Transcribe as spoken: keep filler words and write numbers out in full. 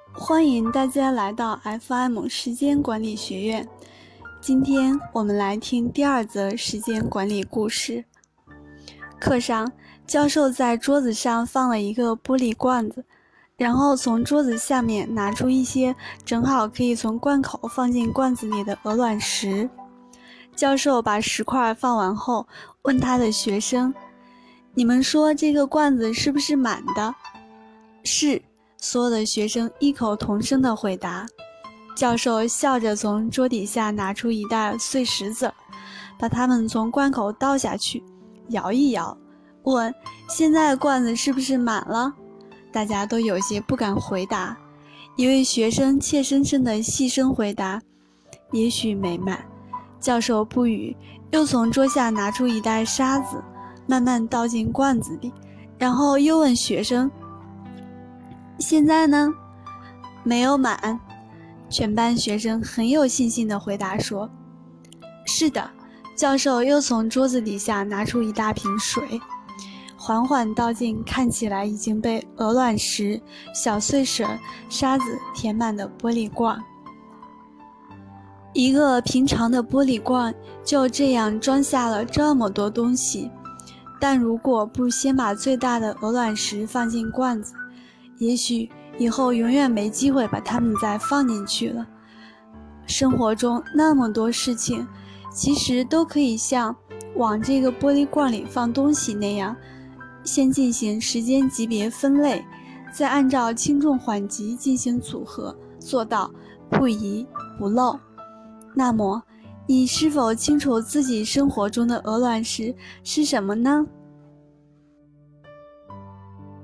欢迎大家来到 F M 时间管理学院。今天我们来听第二则时间管理故事。课上，教授在桌子上放了一个玻璃罐子，然后从桌子下面拿出一些正好可以从罐口放进罐子里的鹅卵石。教授把石块放完后，问他的学生：“你们说这个罐子是不是满的？”“是。”所有的学生异口同声地回答。教授笑着从桌底下拿出一袋碎石子，把它们从罐口倒下去，摇一摇，问：“现在罐子是不是满了？”大家都有些不敢回答。一位学生怯生生地细声回答：“也许没满。”教授不语，又从桌下拿出一袋沙子，慢慢倒进罐子里，然后又问学生：“现在呢？”“没有满。”全班学生很有信心地回答说。“是的。”教授又从桌子底下拿出一大瓶水，缓缓倒进看起来已经被鹅卵石、小碎石、沙子填满的玻璃罐。一个平常的玻璃罐就这样装下了这么多东西，但如果不先把最大的鹅卵石放进罐子，也许以后永远没机会把它们再放进去了。生活中那么多事情，其实都可以像往这个玻璃罐里放东西那样，先进行时间级别分类，再按照轻重缓急进行组合，做到不遗不漏。那么，你是否清楚自己生活中的鹅卵石是什么呢？